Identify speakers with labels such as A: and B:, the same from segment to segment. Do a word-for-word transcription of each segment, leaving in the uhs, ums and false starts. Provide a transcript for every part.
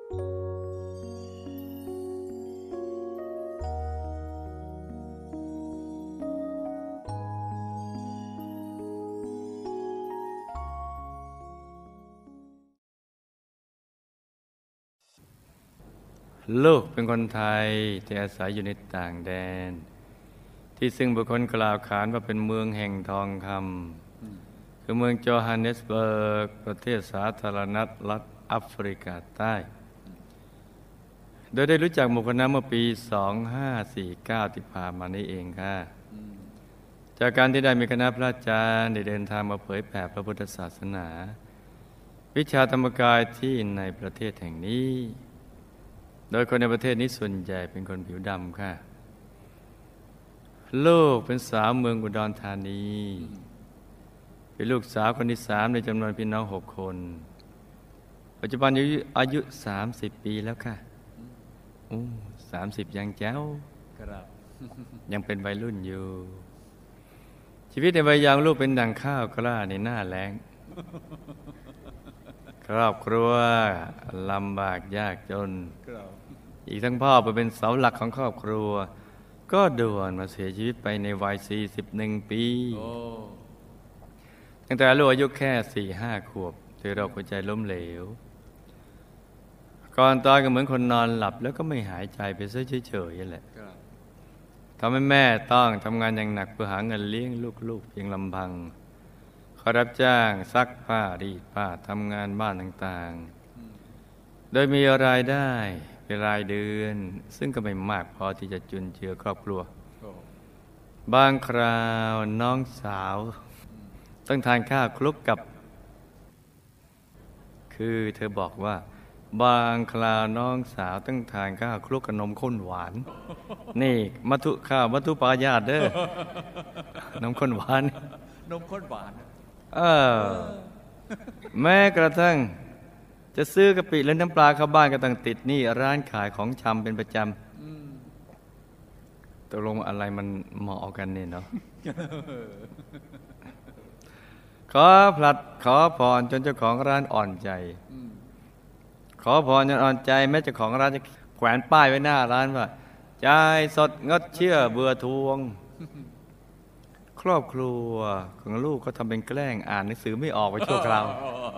A: ลูกเป็นคนไทยที่อาศัยอยู่ในต่างแดนที่ซึ่งบุคคลกล่าวขานว่าเป็นเมืองแห่งทองคำคือเมืองโจฮันเนสเบิร์กประเทศสาธารณรัฐแอฟริกาใต้โดยได้รู้จักหมู่คณะเมื่อปี สองพันห้าร้อยสี่สิบเก้า ที่ผ่านมานี้เองค่ะจากการที่ได้มีคณะพระอาจารย์ได้เดินทางมาเผยแผ่พระพุทธศาสนาวิชาธรรมกายที่ในประเทศแห่งนี้โดยคนในประเทศนี้ส่วนใหญ่เป็นคนผิวดำค่ะลูกเป็นสาวเมืองอุดรธานีเป็นลูกสาวคนที่สามในจำนวนพี่น้องหกคนปัจจุบันอายุสามสิบปีแล้วค่ะโอ้สามสิบยังแจ๋วครับยังเป็นวัยรุ่นอยู่ชีวิตในวัยเยาว์ลูกเป็นดังข้าวกล้าในหน้าแล้งครอบครัวลำบากยากจนอีกทั้งพ่อเป็นเสาหลักของครอบครัวก็ด่วนมาเสียชีวิตไปในวัยสี่สิบเอ็ดปีตั้งแต่ลูกอายุแค่ สี่ห้า ขวบด้วยโรคหัวใจล้มเหลวก่อนตายก็เหมือนคนนอนหลับแล้วก็ไม่หายใจไปซะเฉยๆนั่นแหละทำให้แม่ต้องทำงานอย่างหนักเพื่อหาเงินเลี้ยงลูกๆเพียงลำพังขอรับจ้างซักผ้ารีดผ้าทำงานบ้านต่างๆโดยมีรายได้เป็นรายเดือนซึ่งก็ไม่มากพอที่จะจุนเจือครอบครัวบางคราวน้องสาวต้องทานข้าวคลุกกับคือเธอบอกว่าบางคราวน้องสาวต้องทานข้าวคลุกกับนมข้นหวานนี่มัทุข้าวมัทุปายาตเด้อนมข้นหวาน
B: นมข้นหวาน
A: เออแม้กระทั่งจะซื้อกะปิและน้ำปลาเข้าบ้านก็ต้องติดหนี้ร้านขายของชำเป็นประจำตกลงอะไรมันเหมาะกันเนี่ยเนาะ ขอผลัดขอพรจนเจ้าของร้านอ่อนใจขอพรจนอ่อนใจแม้เจ้าของร้านจะแขวนป้ายไว้หน้าร้านว่าจ่ายสดงดเชื่อเบื่อทวงครอบครัวของลูกก็ทำเป็นแกล้งอ่านหนังสือไม่ออกไปชั่วคราว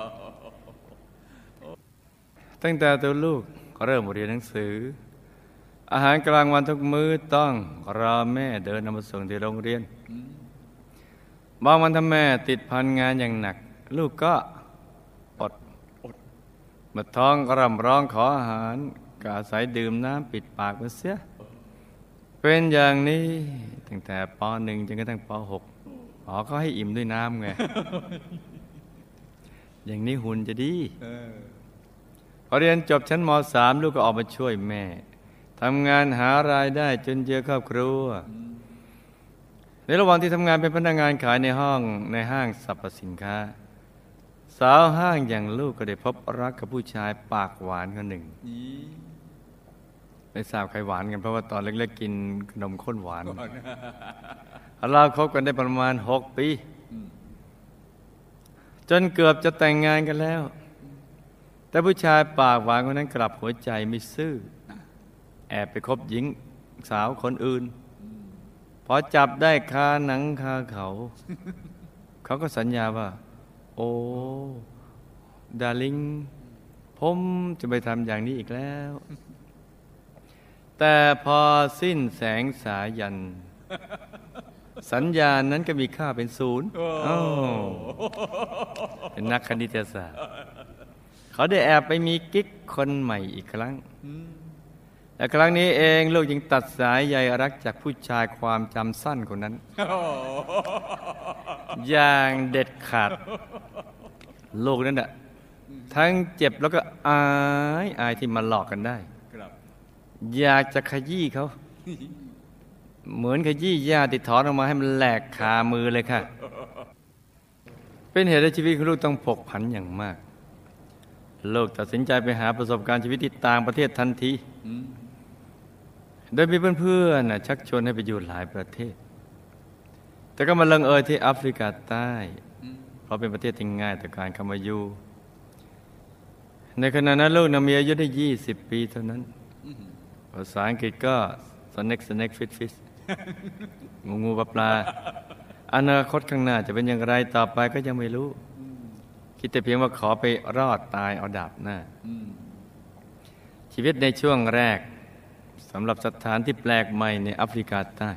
A: ตั้งแต่ตัวลูกเริ่มเรียนหนังสืออาหารกลางวันทุกมื้อต้องรอแม่เดินนำมาส่งที่โรงเรียนบางวันถ้าแม่ติดพันงานอย่างหนักลูกก็อดเมื่อท้องร่ำร้องขออาหารก็อาศัยดื่มน้ำปิดปากมันเสียเป็นอย่างนี้ตั้งแต่ป หนึ่ง จนกระทั่งป หก อ๋อเขาให้อิ่มด้วยน้ำไง อย่างนี้หุ่นจะดีพอเรียนจบชั้นม สาม ลูกก็ออกมาช่วยแม่ทำงานหารายได้จนเจือครอบครัวในระหว่างที่ทำงานเป็นพนักงานขายในห้องในห้างสรรพสินค้าสาวห้างอย่างลูกก็ได้พบรักกับผู้ชายปากหวานคนหนึ่งไม่ทราบใครหวานกันเพราะว่าตอนเล็กๆกินขนมข้นหวานเราคบกันได้ประมาณหกปีจนเกือบจะแต่งงานกันแล้วแต่ผู้ชายปากหวานคนนั้นกลับหัวใจไม่ซื่อแอบไปคบหญิงสาวคนอื่นพอจับได้คาหนังคาเขาเขาก็สัญญาว่าโอ้ดาร์ลิงผมจะไปทำอย่างนี้อีกแล้วแต่พอสิ้นแสงสายันสัญญาณนั้นก็มีค่าเป็นศูนย์เป็นนักคณิตศาสตร์เขาได้แอบไปมีกิ๊กคนใหม่อีกครั้งแต่ครั้งนี้เองลูกยังตัดสายใยรักจากผู้ชายความจำสั้นคนนั้นอย่างเด็ดขาดลูกนั่นแหละทั้งเจ็บแล้วก็อายอายที่มาหลอกกันได้อยากจะขยี้เขาเหมือนขยี้หญ้าที่ถอนออกมาให้มันแหลกคามือเลยค่ะเป็นเหตุให้ชีวิตของลูกต้องผกผันอย่างมากลูกตัดสินใจไปหาประสบการณ์ชีวิตที่ต่างประเทศทันทีโดยมีเพื่อนๆชักชวนให้ไปอยู่หลายประเทศแต่ก็มาลงเอยที่แอฟริกาใต้เพราะเป็นประเทศที่ง่ายต่อการเข้ามาอยู่ในขณะนั้นลูกนมีอายุได้ยี่สิบปีเท่านั้นภาษาอังกฤษก็ snake snake fish fish งูงูปลาปลาอนาคตข้างหน้าจะเป็นอย่างไรต่อไปก็ยังไม่รู้คิดแต่เพียงว่าขอไปรอดตายเอาดาบหน้าชีวิตในช่วงแรกสำหรับสถานที่แปลกใหม่ในแอฟริกาใต้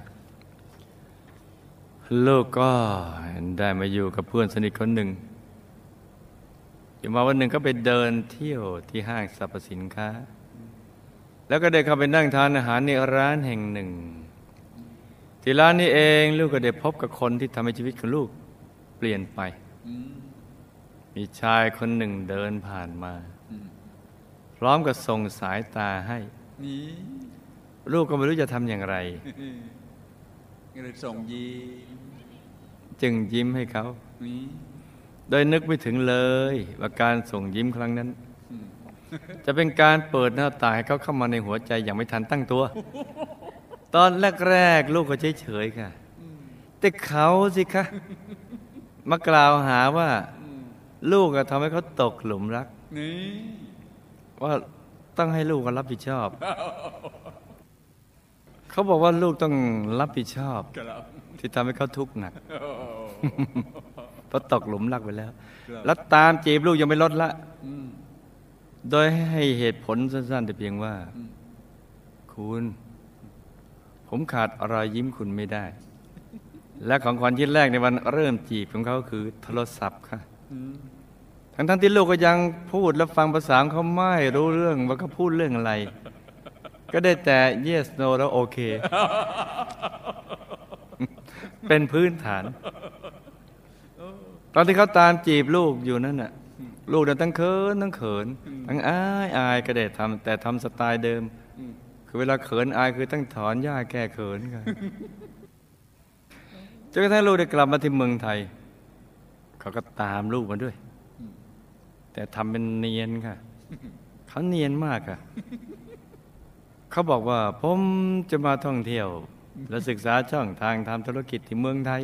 A: ลูกก็ได้มาอยู่กับเพื่อนสนิทคนหนึ่งอยู่มาวันหนึ่งก็ไปเดินเที่ยวที่ห้างสรรพสินค้าแล้วก็ได้เข้าไปนั่งทานอาหารในร้านแห่งหนึ่งที่ร้านนี้เองลูกก็ได้พบกับคนที่ทำให้ชีวิตของลูกเปลี่ยนไปมีชายคนหนึ่งเดินผ่านมาพร้อมกับส่งสายตาให้ลูกก็ไม่รู้จะทำอย่างไร
B: ก็เลยส่งยิ้ม
A: จึงยิ้มให้เขาโดยนึกไม่ถึงเลยว่าการส่งยิ้มครั้งนั้นจะเป็นการเปิดหน้าต่างให้เขาเข้ามาในหัวใจอย่างไม่ทันตั้งตัวตอนแรกๆลูกก็เฉยๆค่ะแต่เขาสิคะมากล่าวหาว่าลูกทำให้เขาตกหลุมรักว่าต้องให้ลูกรับผิดชอบเขาบอกว่าลูกต้องรับผิดชอบที่ทำให้เขาทุกข์หนักเพราะตกหลุมรักไปแล้วแล้วตามจีบลูกยังไม่ลดละโดยให้เหตุผลสั้นๆแต่เพียงว่าคุณผมขาดรอยยิ้มคุณไม่ได้และของขวัญชิ้นแรกในวันเริ่มจีบของเขาคือโทรศัพท์ค่ะทั้งๆที่ลูกก็ยังพูดและฟังภาษาเขาไม่รู้เรื่องว่าเขาพูดเรื่องอะไรก็ได้แต่ yes no แล้วโอเคเป็นพื้นฐานตอนที่เขาตามจีบลูกอยู่นั่นน่ะลูกเนี่ยทั้งเขินทั้งเขินทั้งอายอายก็ได้ทำแต่ทำสไตล์เดิมคือเวลาเขินอายคือต้องถอนหญ้าแก้เขินกันจนกระทั่งลูกได้กลับมาที่เมืองไทยเขาก็ตามลูกมาด้วยแต่ทำเป็นเนียนค่ะเขาเนียนมากค่ะเขาบอกว่าผมจะมาท่องเที่ยวและศึกษาช่องทางทำธุรกิจที่เมืองไทย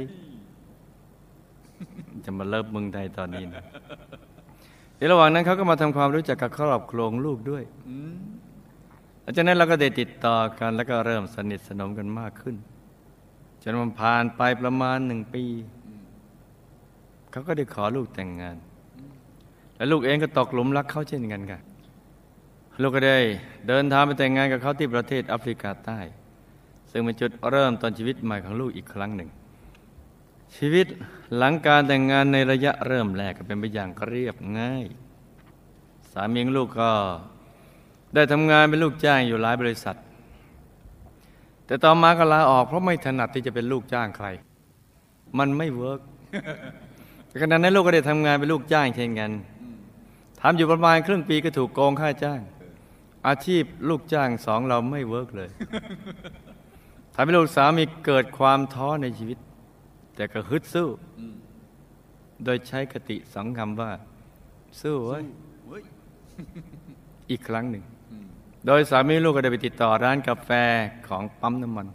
A: จะมาเลิฟเมืองไทยตอนนี้นะในระหว่างนั้นเขาก็มาทำความรู้จักกับครอบครัวลูกด้วยหลังจากนั้นเราก็ได้ติดต่อกันแล้วก็เริ่มสนิทสนมกันมากขึ้นจนมันผ่านไปประมาณหนึ่งปีเขาก็ได้ขอลูกแต่งงานและลูกเองก็ตกหลุมรักเขาเช่นกันค่ะลูกก็ได้เดินทางไปแต่งงานกับเขาที่ประเทศแอฟริกาใต้ซึ่งเป็นจุดเริ่มต้นชีวิตใหม่ของลูกอีกครั้งหนึ่งชีวิตหลังการแต่งงานในระยะเริ่มแรกก็เป็นไปอย่างเรียบง่ายสามีของลูกก็ได้ทำงานเป็นลูกจ้างอยู่หลายบริษัทแต่ต่อมาก็ลาออกเพราะไม่ถนัดที่จะเป็นลูกจ้างใครมันไม่เวิร์กแต่ขณะนั้นลูกก็ได้ทำงานเป็นลูกจ้างเช่นกันทำอยู่ประมาณครึ่งปีก็ถูกโกงค่าจ้างอาชีพลูกจ้างสองเราไม่เวิร์กเลยทำให้ลูกสามีเกิดความท้อในชีวิตแต่ก็ฮึดสู้โดยใช้คติสองคำว่าสู้เว้ยอีกครั้งหนึ่งโดยสามีลูกก็ได้ไปติดต่อร้านกาแฟของปั๊มน้ำมัน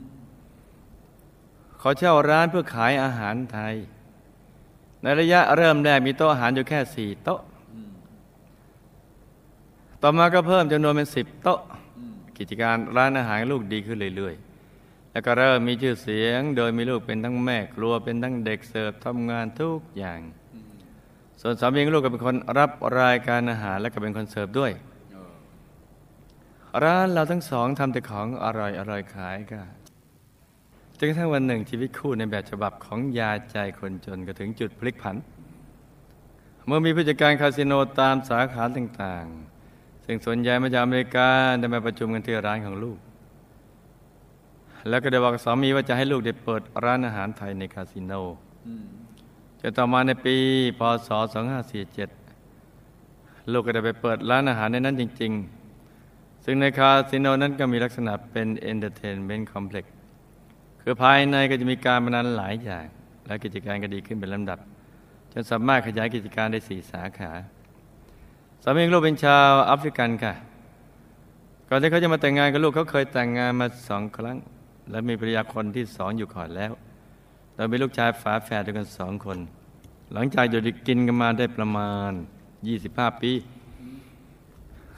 A: ขอเช่าร้านเพื่อขายอาหารไทยในระยะเริ่มแรกมีโต๊ะอาหารอยู่แค่สี่โต๊ะต่อมาก็เพิ่มจำนวนเป็นสิบโต๊ะกิจการร้านอาหารลูกดีขึ้นเรื่อยๆแล้วก็เริ่มมีชื่อเสียงโดยมีลูกเป็นทั้งแม่ครัวเป็นทั้งเด็กเสิร์ฟทำงานทุกอย่างส่วนสามีของลูกก็เป็นคนรับรายการอาหารและก็เป็นคนเสิร์ฟด้วยร้านเราทั้งสองทำแต่ของอร่อยอร่อยขายค่ะจนกระทั่งวันหนึ่งชีวิตคู่ในแบบฉบับของยาใจคนจนก็ถึงจุดพลิกผันเมื่อมีผู้จัดการคาสิโนตามสาขาต่างๆซึ่งส่วนใหญ่มาจากอเมริกาได้มาประชุมกันที่ร้านของลูกแล้วก็ได้บอกสามีว่าจะให้ลูกได้เปิดร้านอาหารไทยในคาสิโนจนต่อมาในปีพ.ศ. สองพันห้าร้อยสี่สิบเจ็ดลูกก็ได้ไปเปิดร้านอาหารในนั้นจริงๆซึ่งในคาสิโนนั้นก็มีลักษณะเป็นเอนเตอร์เทนเมนต์คอมเพล็กซ์คือภายในก็จะมีการพนันหลายอย่างและกิจการก็ดีขึ้นเป็นลำดับจนสามารถขยายกิจการได้สี่สาขาสามีของลูกเป็นชาวแอฟริกันค่ะก่อนที่เขาจะมาแต่งงานกับลูกเขาเคยแต่งงานมาสองครั้งและมีภรรยาคนที่สองอยู่ก่อนแล้วโดยมีลูกชายฝาแฝดด้วยกันสองคนหลังจากอยู่กินกันมาได้ประมาณยี่สิบห้าปี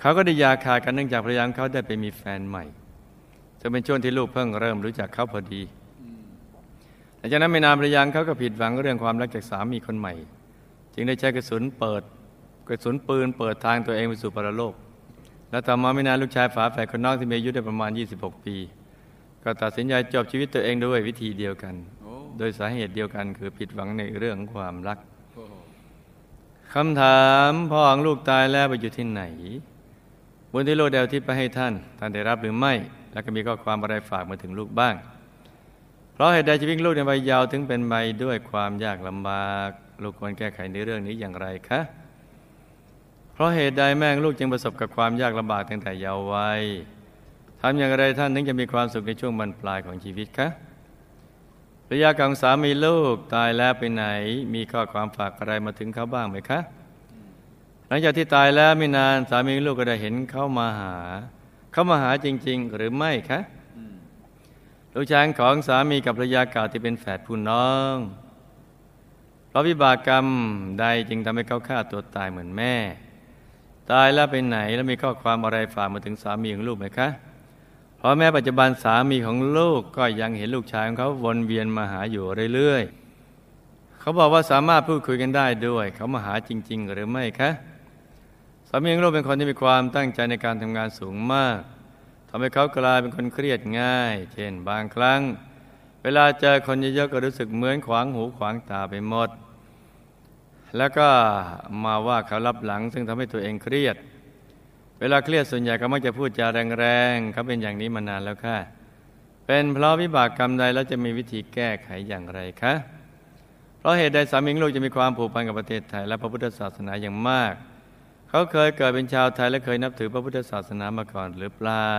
A: เขาก็ได้ยาขาดกันเนื่องจากภรรยาของเขาได้ไปมีแฟนใหม่ซึ่งเป็นช่วงที่ลูกเพิ่งเริ่มรู้จักเขาพอดีหลังจากนั้นไม่นานภรรยาเขาก็ผิดหวังเรื่องความรักจากสามีคนใหม่จึงได้ใช้กระสุนเปิดกระสุนปืนเปิดทางตัวเองไปสู่ปรโลกและต่อมาไม่นานลูกชายฝาแฝดคนน้องที่มีอายุได้ประมาณยี่สิบหกปีก็ตัดสินใจจบชีวิตตัวเองด้วยวิธีเดียวกันโดยสาเหตุเดียวกันคือผิดหวังในเรื่องความรักคำถามพ่อของลูกตายแล้วไปอยู่ที่ไหนบุญที่ลูกได้อุทิศไปให้ท่านท่านได้รับหรือไม่แล้วก็มีข้อความอะไรฝากมาถึงลูกบ้างเพราะเหตุใดชีวิตลูกในวัยเยาว์ถึงเป็นไปด้วยความยากลำบากลูกควรแก้ไขในเรื่องนี้อย่างไรคะเพราะเหตุใดแม่ลูกจึงประสบกับความยากลำบากตั้งแต่เยาว์วัยทำอย่างไรท่านถึงจะมีความสุขในช่วงบรรปลายของชีวิตคะภรรยาของสามีลูกตายแล้วไปไหนมีข้อความฝากอะไรมาถึงเขาบ้างไหมคะหลังจากที่ตายแล้วไม่นานสามีลูกก็ได้เห็นเขามาหาเขามาหาจริงๆหรือไม่คะลูกชายของสามีกับภรรยาเก่าที่เป็นแฝดพี่น้องเพราะวิบากกรรมใดจึงทำให้เขาฆ่าตัวตายเหมือนแม่ตายแล้วไปไหนแล้วมีข้อความอะไรฝากมาถึงสามีของลูกไหมคะเพราะแม้ปัจจุบันสามีของลูกก็ยังเห็นลูกชายของเขาวนเวียนมาหาอยู่เรื่อยๆเขาบอกว่าสามารถพูดคุยกันได้ด้วยเขามาหาจริงๆหรือไม่คะสามีของลูกเป็นคนที่มีความตั้งใจในการทำงานสูงมากทำให้เขากลายเป็นคนเครียดง่ายเช่นบางครั้งเวลาเจอคนเยอะๆก็รู้สึกเหมือนขวางหูขวางตาไปหมดแล้วก็มาว่าเขารับหลังซึ่งทำให้ตัวเองเครียดเวลาเครียดส่วนใหญ่ก็มักจะพูดจาแรงๆเขาเป็นอย่างนี้มานานแล้วค่ะเป็นเพราะวิบากกรรมใดแล้วจะมีวิธีแก้ไขอย่างไรคะเพราะเหตุใดสามีลูกจะมีความผูกพันกับประเทศไทยและพระพุทธศาสนาอย่างมากเขาเคยเกิดเป็นชาวไทยและเคยนับถือพระพุทธศาสนามาก่อนหรือเปล่า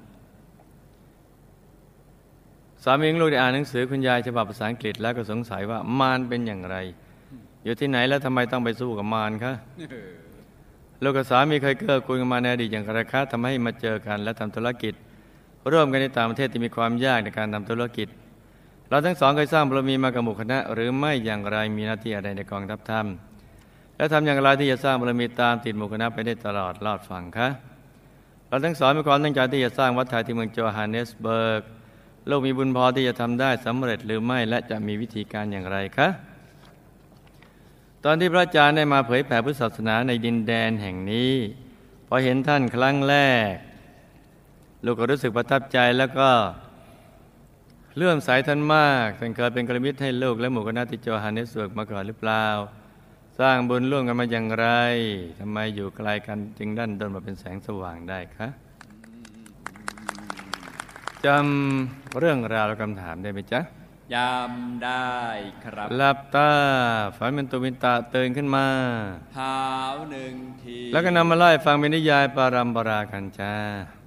A: สามีลูกได้อ่านหนังสือคุณยายฉบับภาษาอังกฤษแล้วก็สงสัยว่ามารเป็นอย่างไรอยู่ที่ไหนแล้วทำไมต้องไปสู้กับมารคะลูกกับสามีเคยเกื้อกูลกันมาในอดีตอย่างไรคะทำให้มาเจอกันและทำธุรกิจร่วมกันในต่างประเทศที่มีความยากในการทำธุรกิจเราทั้งสองเคยสร้างบารมีมากับหมู่คณะหรือไม่อย่างไรมีหน้าที่อะไรในกองทัพธรรมและทำอย่างไรที่จะสร้างบารมีตามติดหมู่คณะไปได้ตลอดรอดฝั่งคะเราทั้งสองมีความตั้งใจที่จะสร้างวัดไทยที่เมืองโจฮันเนสเบิร์กลูกมีบุญพอที่จะทำได้สำเร็จหรือไม่และจะมีวิธีการอย่างไรคะตอนที่พระอาจารย์ได้มาเผยแผ่พุทธศาสนาในดินแดนแห่งนี้พอเห็นท่านครั้งแรกลูกก็รู้สึกประทับใจแล้วก็เลื่อมใสท่านมากท่านเคยเป็นกัลยาณมิตรให้ลูกและหมู่คณะที่โจฮันเนสเบิร์กมาก่อนหรือเปล่าสร้างบุญร่วมกันมาอย่างไรทำไมอยู่ไกลกันจึงดันดนมาเป็นแสงสว่างได้คะจำเรื่องราวและคำถามได้ไหมจ๊ะ
B: จำได้ครับ
A: หลับตาฝันเป็นตุวินตาตื่นขึ้นมา
B: เท้าหนึ่งที
A: แล้วก็นำมาไล่ฟังเป็นนิยายปารัมปรากันจ้า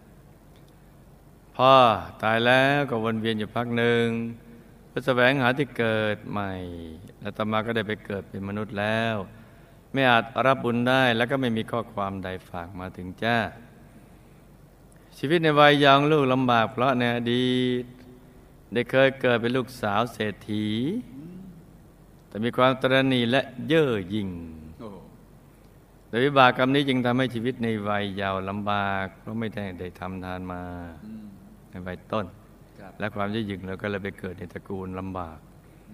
A: พ่อตายแล้วก็วนเวียนอยู่พักหนึ่งเพื่อแสวงหาที่เกิดใหม่แล้วต่อมาก็ได้ไปเกิดเป็นมนุษย์แล้วไม่อาจรับบุญได้แล้วก็ไม่มีข้อความใดฝากมาถึงจ้าชีวิตในวัยเยาว์ลูกลำบากเพราะในอดีตได้เคยเกิดเป็นลูกสาวเศรษฐีแต่มีความตระหนี่และเย่อหยิ่งโดยวิบากกรรมนี้จึงทำให้ชีวิตในวัยเยาว์ลำบากเพราะไม่ได้ได้ทำทานมาในวัยต้นและความเย่อหยิ่งแล้วก็เลยไปเกิดในตระกูลลำบาก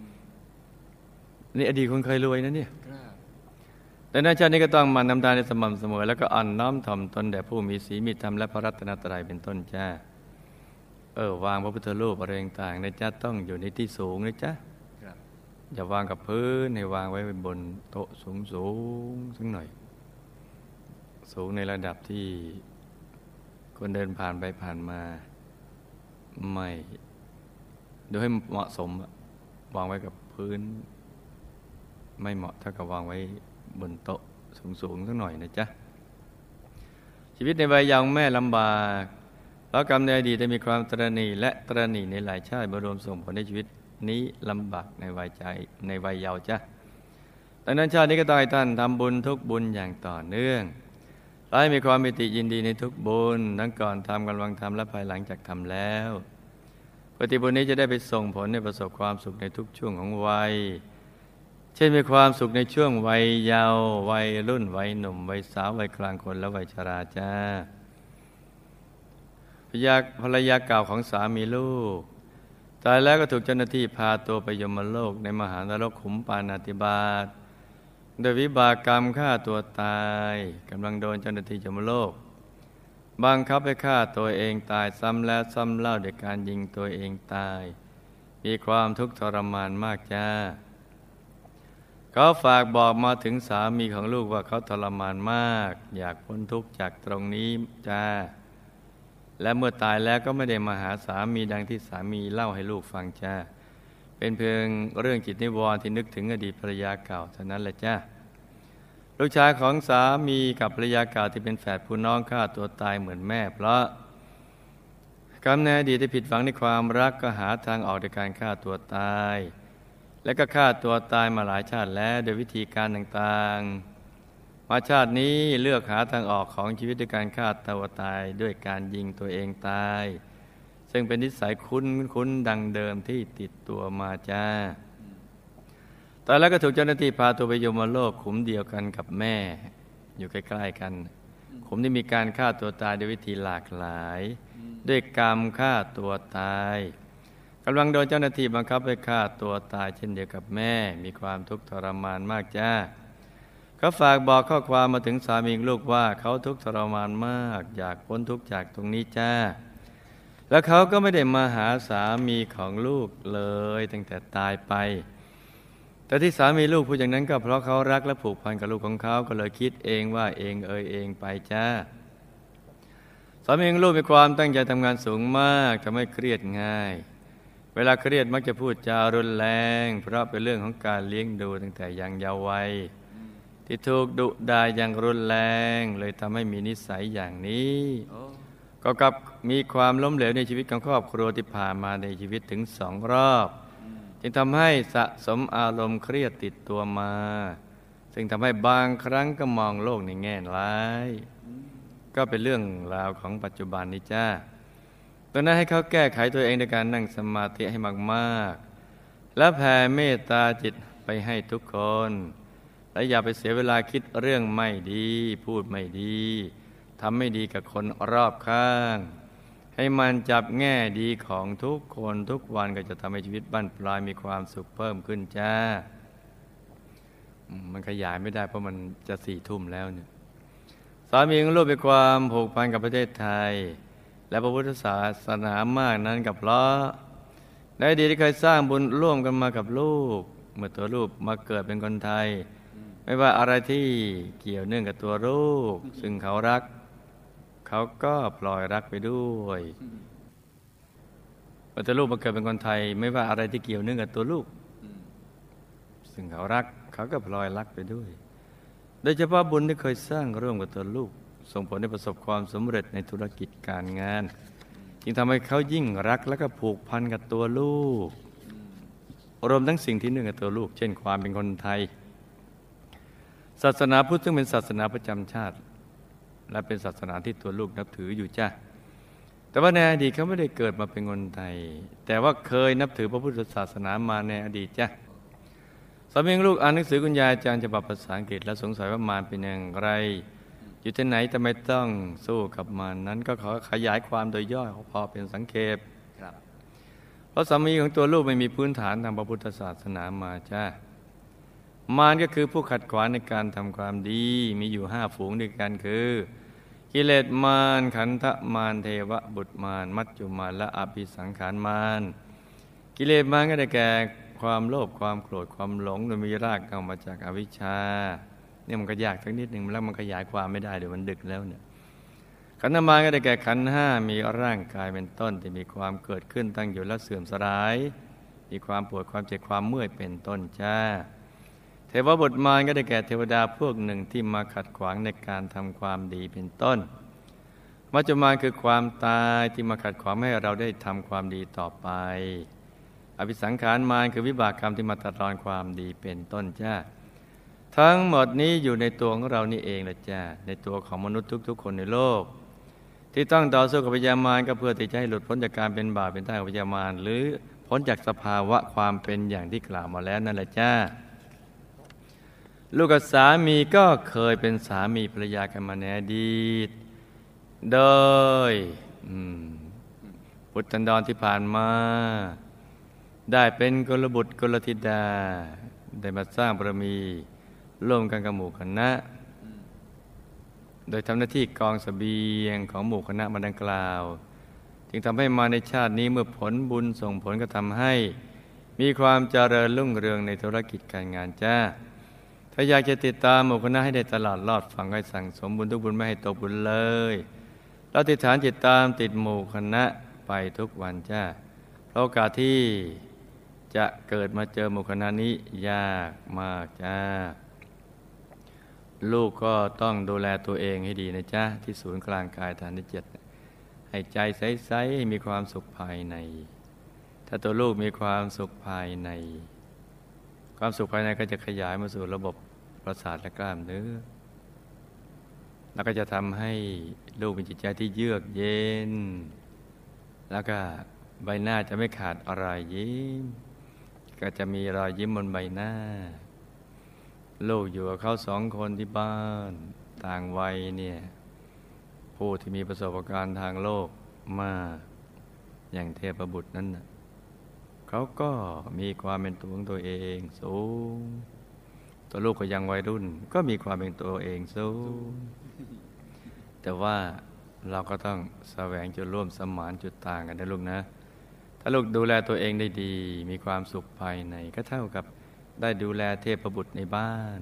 A: นี่อดีตคนเคยรวยนะเนี่ยแต่ในชาตินี้ก็ต้องมันนำทานในสม่ำเสมอแล้วก็อ่อนน้อมถ่อมตนแด่ผู้มีศีลมีธรรมและพระรัตนตรัยเป็นต้นจ้าเออวางพระพุทธรูปอะไรต่างๆนะจ๊ะต้องอยู่ในที่สูงนะจ๊ะอย่าวางกับพื้นให้วางไว้บนโต๊ะสูงๆสักหน่อยสูงในระดับที่คนเดินผ่านไปผ่านมาไม่โดยให้เหมาะสมวางไว้กับพื้นไม่เหมาะเท่ากับวางไว้บนโต๊ะสูงๆสักหน่อยนะจ๊ะชีวิตในวัยเยาว์แม่ลำบากเพราะกรรมในอดีตได้มีความตระหนี่และตระหนี่ในหลายชาติรวมส่งผลให้ชีวิตนี้ลำบากในวัยใจในวัยเยาว์จ้ะดังนั้นชาตินี้ก็ต้องให้ท่านทำบุญทุกบุญอย่างต่อเนื่องและให้มีความปิติยินดีในทุกบุญทั้งก่อนทำกำลังทำและภายหลังจากทำแล้วปฏิบุญนี้จะได้ไปส่งผลให้ประสบความสุขในทุกช่วงของวัยเช่นมีความสุขในช่วงวัยเยาว์วัยรุ่นวัยหนุ่มวัยสาววัยกลางคนและวัยชราจ้าภรรยาภรรยาเก่าของสามีลูกตายแล้วก็ถูกเจ้าหน้าที่พาตัวไปยมโลกในมหานรกขุมปาณาติบาตโดยวิบากกรรมฆ่าตัวตายกำลังโดนเจ้าหน้าที่ยมโลกบังคับให้ฆ่าตัวเองตายซ้ำแล้วซ้ำเล่าโดยการยิงตัวเองตายมีความทุกข์ทรมานมากจ้าเขาฝากบอกมาถึงสามีของลูกว่าเขาทรมานมากอยากพ้นทุกข์จากตรงนี้จ้าและเมื่อตายแล้วก็ไม่ได้มาหาสามีดังที่สามีเล่าให้ลูกฟังจ้าเป็นเพียงเรื่องจิตนิวรณ์ที่นึกถึงอดีตภรรยาเก่าเท่านั้นแหละจ้าลูกชายของสามีกับภรรยาเก่าที่เป็นแฝดพี่น้องฆ่าตัวตายเหมือนแม่เพราะกรรมในอดีตที่ผิดหวังในความรักก็หาทางออกในการฆ่าตัวตายและก็ฆ่าตัวตายมาหลายชาติแล้วโดยวิธีการต่างๆมาชาตินี้เลือกหาทางออกของชีวิตด้วยการฆ่าตัวตายด้วยการยิงตัวเองตายซึ่งเป็นนิสัยคุ้นคุ้นดังเดิมที่ติดตัวมาจ้าตอนแล้วก็ถูกเจ้าหน้าที่พาตัวไปยมโลกขุมเดียวกันกับแม่อยู่ใกล้ๆกันขุมที่มีการฆ่าตัวตายด้วยวิธีหลากหลายด้วยกรรมฆ่าตัวตายกำลังโดนเจ้าหน้าที่บังคับให้ฆ่าตัวตายเช่นเดียวกับแม่มีความทุกข์ทรมานมากจ้าเขาฝากบอกข้อความมาถึงสามีลูกว่าเขาทุกข์ทรมานมากอยากพ้นทุกข์จากตรงนี้จ้าแล้วเขาก็ไม่ได้มาหาสามีของลูกเลยตั้งแต่ตายไปแต่ที่สามีลูกพูดอย่างนั้นก็เพราะเขารักและผูกพันกับลูกของเขาก็เลยคิดเองว่าเองเอ่ยเองไปจ้าสามีของลูกมีความตั้งใจทำงานสูงมากทำให้เครียดง่ายเวลาเครียดมักจะพูดจารุนแรงเพราะเป็นเรื่องของการเลี้ยงดูตั้งแต่ยังเยาว์วัยที่ถูกดุด่าอย่างรุนแรงเลยทำให้มีนิสัยอย่างนี้ก็กับมีความล้มเหลวในชีวิตของครอบครัวที่ผ่านมาในชีวิตถึงสองรอบจึงทำให้สะสมอารมณ์เครียดติดตัวมาซึ่งทำให้บางครั้งก็มองโลกในแง่ร้ายก็เป็นเรื่องราวของปัจจุบันนี้จ้าดังนั้นให้เขาแก้ไขตัวเองในการนั่งสมาธิให้มากๆและแผ่เมตตาจิตไปให้ทุกคนและอย่าไปเสียเวลาคิดเรื่องไม่ดีพูดไม่ดีทำไม่ดีกับคนรอบข้างให้มันจับแง่ดีของทุกคนทุกวันก็จะทำให้ชีวิตบั้นปลายมีความสุขเพิ่มขึ้นจ้ามันขยายไม่ได้เพราะมันจะสี่ทุ่มแล้วเนี่ยสามีของลูกมีความผูกพันกับประเทศไทยและพระพุทธศาสนามากนั้นกับเพราะในอดีตที่เคยสร้างบุญร่วมกันมากับลูกเมื่อตัวลูกมาเกิดเป็นคนไทยไม่ว่าอะไรที่เกี่ยวเนื่องกับตัวลูกซึ่งเขารักเขาก็ปล่อยรักไปด้วยเมื่อตัวลูกมาเกิดเป็นคนไทยไม่ว่าอะไรที่เกี่ยวเนื่องกับตัวลูกซึ่งเขารักเขาก็ปล่อยรักไปด้วยโดยเฉพาะบุญที่เคยสร้างร่วมกับตัวลูกส่งผลให้ประสบความสำเร็จในธุรกิจการงานจึงทำให้เขายิ่งรักและก็ผูกพันกับตัวลูกรวมทั้งสิ่งที่เนื่องกับตัวลูกเช่นความเป็นคนไทยศาสนาพุทธซึ่งเป็นศาสนาประจำชาติและเป็นศาสนาที่ตัวลูกนับถืออยู่จ้ะแต่ว่าในอดีตเขาไม่ได้เกิดมาเป็นคนไทยแต่ว่าเคยนับถือพระพุทธศาสนามาในอดีตจ้ะสามีลูกอ่านหนังสือคุณยายอาจารย์ฉบับภาษาอังกฤษและสงสัยว่ามารเป็นอย่างไรอยู่ที่ไหนทำไมต้องสู้กับมารนั้นก็ขอขยายความโดยย่อพอเป็นสังเขปเพราะสามีของตัวลูกไม่มีพื้นฐานทางพระพุทธศาสนามาจ้ะมารก็คือผู้ขัดขวางในการทำความดีมีอยู่ห้าฝูงด้วยกันคือกิเลสมารขันธมารเทวบุตรมารมัจจุมารและอภิสังขารมารกิเลสมารก็ได้แก่ความโลภความโกรธความหลงโดยมีรากเอามาจากอวิชชาเนี่ยมันก็ยากสักนิดหนึ่งแล้วมันขยายความไม่ได้เดี๋ยวมันดึกแล้วเนี่ยขันธมารก็ได้แก่ขันธ์ห้ามีร่างกายเป็นต้นที่มีความเกิดขึ้นตั้งอยู่และเสื่อมสลายมีความปวดความเจ็บความเมื่อยเป็นต้นจ้าเทวบุตรมารก็ได้แก่เทวดาพวกหนึ่งที่มาขัดขวางในการทำความดีเป็นต้นมัจจุมารคือความตายที่มาขัดขวางไม่ให้เราได้ทำความดีต่อไปอภิสังขารมารคือวิบากกรรมที่มาตัดรอนความดีเป็นต้นจ้าทั้งหมดนี้อยู่ในตัวของเรานี่เองแหละจ้าในตัวของมนุษย์ทุกๆคนในโลกที่ต้องต่อสู้กับพยามารก็เพื่อที่จะให้หลุดพ้นจากการเป็นบาปเป็นทาสของพยามารหรือพ้นจากสภาวะความเป็นอย่างที่กล่าวมาแล้วนั่นแหละจ้าลูกกับสามีก็เคยเป็นสามีภรรยากันมาในอดีตโดยพุทธันดรที่ผ่านมาได้เป็นกุลบุตรกุลธิดาได้มาสร้างบารมีร่วมกันกับหมู่คณะโดยทำหน้าที่กองเสบียงของหมู่คณะมาดังกล่าวจึงทำให้มาในชาตินี้เมื่อผลบุญส่งผลก็ทำให้มีความเจริญรุ่งเรืองในธุรกิจการงานจ้าถ้าอยากจะติดตามหมู่คณะให้ได้ตลอดรอดฟังให้สั่งสมบุญทุกบุญไม่ให้ตกบุญเลยเราติดฐานจิตตามติดหมู่คณะไปทุกวันจ้าเพราะโอกาสที่จะเกิดมาเจอหมู่คณะนี้ยากมากจ้าลูกก็ต้องดูแลตัวเองให้ดีนะจ๊ะที่ศูนย์กลางกายฐานที่เจ็ดให้ใจใสๆให้มีความสุขภายในถ้าตัวลูกมีความสุขภายในความสุขภายในก็จะขยายมาสู่ระบบประสาทและกล้ามเนื้อแล้วก็จะทำให้ลูกเป็นจิตใจที่เยือกเย็นแล้วก็ใบหน้าจะไม่ขาดรอยยิ้มก็จะมีรอยยิ้มบนใบหน้าลูกอยู่กับเขาสองคนที่บ้านต่างวัยเนี่ยผู้ที่มีประสบการณ์ทางโลกมากอย่างเทพบุตรนั้นนะเขาก็มีความเป็นตัวของตัวเองสูงตัวลูกก็ยังวัยรุ่นก็มีความเป็นตัวเองสูงแต่ว่าเราก็ต้องแสวงจุดร่วมสมานจุดต่างกันนะลูกนะถ้าลูกดูแลตัวเองได้ดีมีความสุขภายในก็เท่ากับได้ดูแลเทพบุตรในบ้าน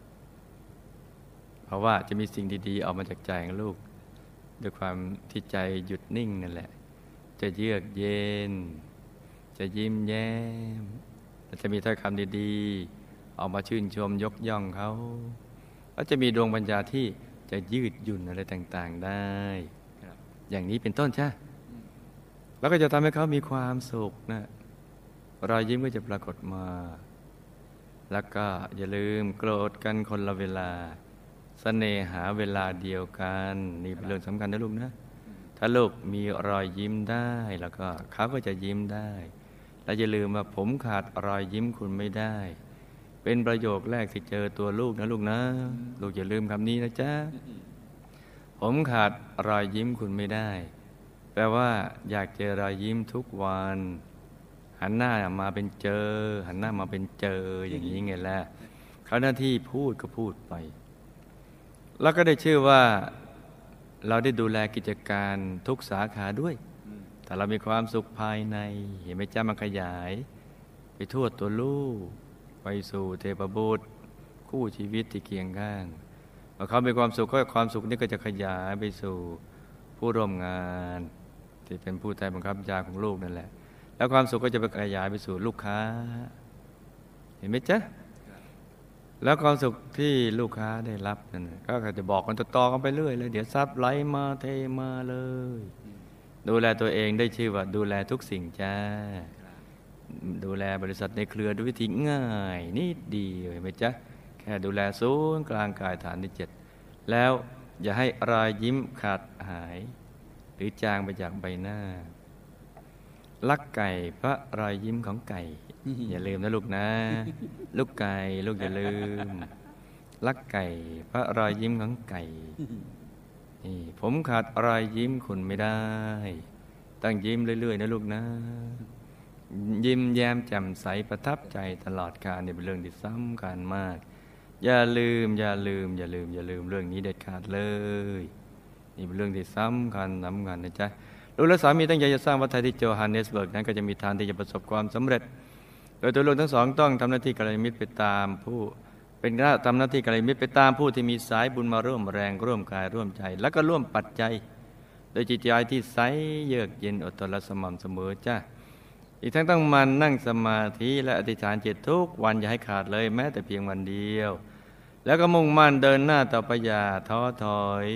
A: เพราะว่าจะมีสิ่งดีๆออกมาจากใจของลูกด้วยความที่ใจหยุดนิ่งนั่นแหละจะเยือกเย็นจะยิ้มแย้มและจะมีถ้อยคำดีๆออกมาชื่นชมยกย่องเขาแล้วจะมีดวงปัญญาที่จะยืดหยุ่นอะไรต่างๆได้อย่างนี้เป็นต้นใช่แล้วก็จะทำให้เขามีความสุขนะรอยยิ้มก็จะปรากฏมาแล้วก็อย่าลืมโกรธกันคนละเวลาเสน่หาเวลาเดียวกันนี่เป็นเรื่องสำคัญนะลูกนะถ้าลูกมีรอยยิ้มได้แล้วก็เขาก็จะยิ้มได้และอย่าลืมว่าผมขาดรอยยิ้มคุณไม่ได้เป็นประโยคแรกที่เจอตัวลูกนะลูกนะลูกอย่าลืมคำนี้นะจ๊ะผมขาดรอยยิ้มคุณไม่ได้แปลว่าอยากเจอรอยยิ้มทุกวันหันหน้ามาเป็นเจอหันหน้ามาเป็นเจออย่างนี้ไงแหละเขาหน้าที่พูดก็พูดไปแล้วก็ได้ชื่อว่าเราได้ดูแลกิจการทุกสาขาด้วยแต่เรามีความสุขภายในเห็นไหมจ้ามันขยายไปทั่วตัวลูกไปสู่เทพบุตรคู่ชีวิตที่เคียงข้างเมื่อเขามีความสุขก็ความสุขนี้ก็จะขยายไปสู่ผู้ร่วมงานที่เป็นผู้ใต้บังคับบัญชาของลูกนั่นแหละแล้วความสุขก็จะไปขยายไปสู่ลูกค้าเห็นไหมจ๊ะแล้วความสุขที่ลูกค้าได้รับนั่นก็จะบอกกันต่อๆกันไปเรื่อยเลยเดี๋ยวทรัพย์ไหลมาเทมาเลยดูแลตัวเองได้ชื่อว่าดูแลทุกสิ่งจ้าดูแลบริษัทในเครือด้วยวิธีง่ายนิดเดียวเห็นไหมจ๊ะแค่ดูแลศูนย์กลางกายฐานที่เจ็ดแล้วอย่าให้รอยยิ้มขาดหายหรือจางไปจากใบหน้ารักไก่เพราะรอยยิ้มของไก่อย่าลืมนะลูกนะลูกไก่ลูกอย่าลืมรักไก่เพราะรอยยิ้มของไก่นี่ผมขาดรอยยิ้มคุณไม่ได้ต้องยิ้มเรื่อยๆนะลูกนะยิ้มแย้มแจ่มใสประทับใจตลอดกาลนี่เป็นเรื่องที่สำคัญมากอย่าลืมอย่าลืมอย่าลืมอย่าลืมเรื่องนี้เด็ดขาดเลยนี่เป็นเรื่องที่สำคัญสำคัญนะจ๊ะลูกและสามีตั้งใจจะสร้างวัดไทยที่โจฮันเนสเบิร์กนั้นก็จะมีทางที่จะประสบความสำเร็จโดยตัวลูกทั้งสองต้องทำหน้าที่กัลยาณมิตรไปตามผู้เป็นหน้าทำหน้าที่กัลยาณมิตรไปตามผู้ที่มีสายบุญมาร่วมแรงร่วมกายร่วมใจแล้วก็ร่วมปัจจัยโดยจิตใจที่ใสเยือกเย็นอดทนและสม่ำเสมอจ้ะอีกทั้งต้องมันนั่งสมาธิและอธิษฐานจิตทุกวันอย่าให้ขาดเลยแม้แต่เพียงวันเดียวแล้วก็มุ่งมั่นเดินหน้าต่อไปอย่าท้อถอย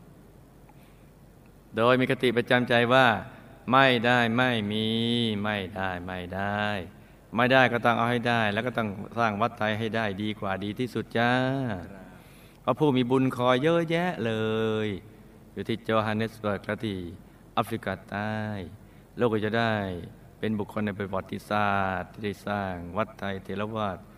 A: โดยมีคติประจำใจว่าไม่ได้ไม่มีไม่ได้ไม่ได้ไม่ได้ก็ต้องเอาให้ได้แล้วก็ต้องสร้างวัดไทยให้ได้ดีกว่าดีที่สุดจ้าเพราะผู้มีบุญคอยเยอะแยะเลยอยู่ที่โจฮันเนสเบิร์กและที่แอฟริกาใต้โลกก็จะได้เป็นบุคคลในประวัติศาสตร์ที่ได้สร้างวัดไทยเถรวาท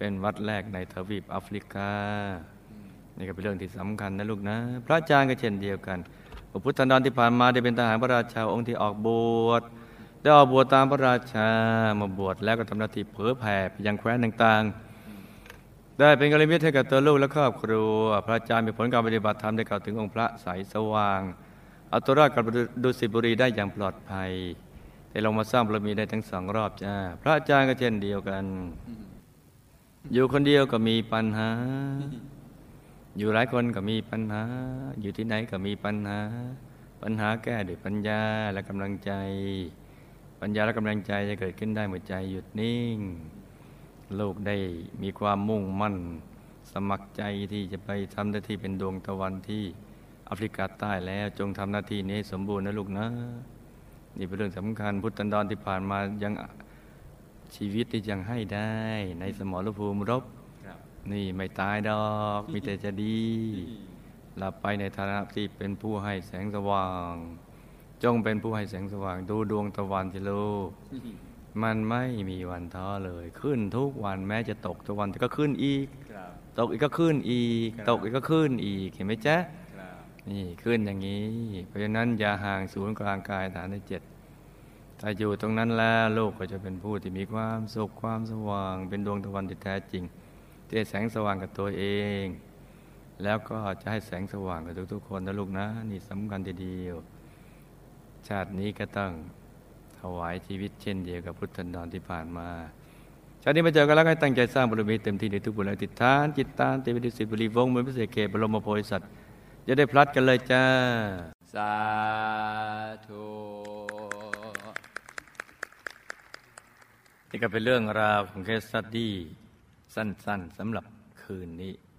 A: เป็นวัดแรกในทวีปแอฟริกานี่ก็เป็นเรื่องที่สำคัญนะลูกนะพระอาจารย์ก็เช่นเดียวกันพระพุทธันดรที่ผ่านมาได้เป็นทหารพระราชาองค์ที่ออกบวชได้ออกบวชตามพระราชามาบวชแล้วก็ทำหน้าที่เผยแผ่ไปยังแคว้นต่างๆได้เป็นกัลยาณมิตรให้กับตัวลูกและครอบครัวพระอาจารย์มีผลการปฏิบัติธรรมได้กล่าวถึงองค์พระใสสว่างเอาตัวรอดกับดุสิตบุรีได้อย่างปลอดภัยได้ลงมาสร้างบารมีได้ทั้งสองรอบจ้าพระอาจารย์ก็เช่นเดียวกันอยู่คนเดียวก็มีปัญหาอยู่หลายคนก็มีปัญหาอยู่ที่ไหนก็มีปัญหาปัญหาแก้ด้วยปัญญาและกำลังใจปัญญาและกำลังใจจะเกิดขึ้นได้เมื่อใจหยุดนิ่งโลกได้มีความมุ่งมั่นสมัครใจที่จะไปทำหน้าที่เป็นดวงตะวันที่แอฟริกาใต้แล้วจงทำหน้าที่นี้สมบูรณ์นะลูกนะนี่เป็นเรื่องสำคัญพุทธันดรที่ผ่านมายังชีวิตที่ยังให้ได้ในสมรภูมิรบนี่ไม่ตายดอกมีแต่จะดีหลับไปในฐานะที่เป็นผู้ให้แสงสว่างจงเป็นผู้ให้แสงสว่างดูดวงตะวันที่ลูกมันไม่มีวันท้อเลยขึ้นทุกวันแม้จะตกทุกวันแต่ก็ขึ้นอีกตกอีกก็ขึ้นอีกตกอีกก็ขึ้นอีกเห็นไหมจ๊ะนี่ขึ้นอย่างนี้เพราะฉะนั้นอย่าห่างศูนย์กลางกายฐานที่เจ็ดถ้าอยู่ตรงนั้นแล้วโลกก็จะเป็นผู้ที่มีความสุขความสว่างเป็นดวงตะวันที่แท้จริงที่ให้แสงสว่างกับตัวเองแล้วก็จะให้แสงสว่างกับทุกๆคนนะลูกนะนี่สำคัญทีเดียวชาตินี้ก็ต้องถวายชีวิตเช่นเดียวกับพุทธันดรที่ผ่านมาชาตินี้มาเจอกันแล้วให้ตั้งใจสร้างบารมีเต็มที่ในทุกบุญและติดฐานจิตตานเตวิดุสิบุรีวงศ์เหมือนพิเศษเกศบรมโพธิสัตว์จะได้พลัดกันเลยจ้า
B: สาธุ
A: นี่ก็เป็นเรื่องราวของเคสสตัดดี้สั้นๆสำหรับคืนนี้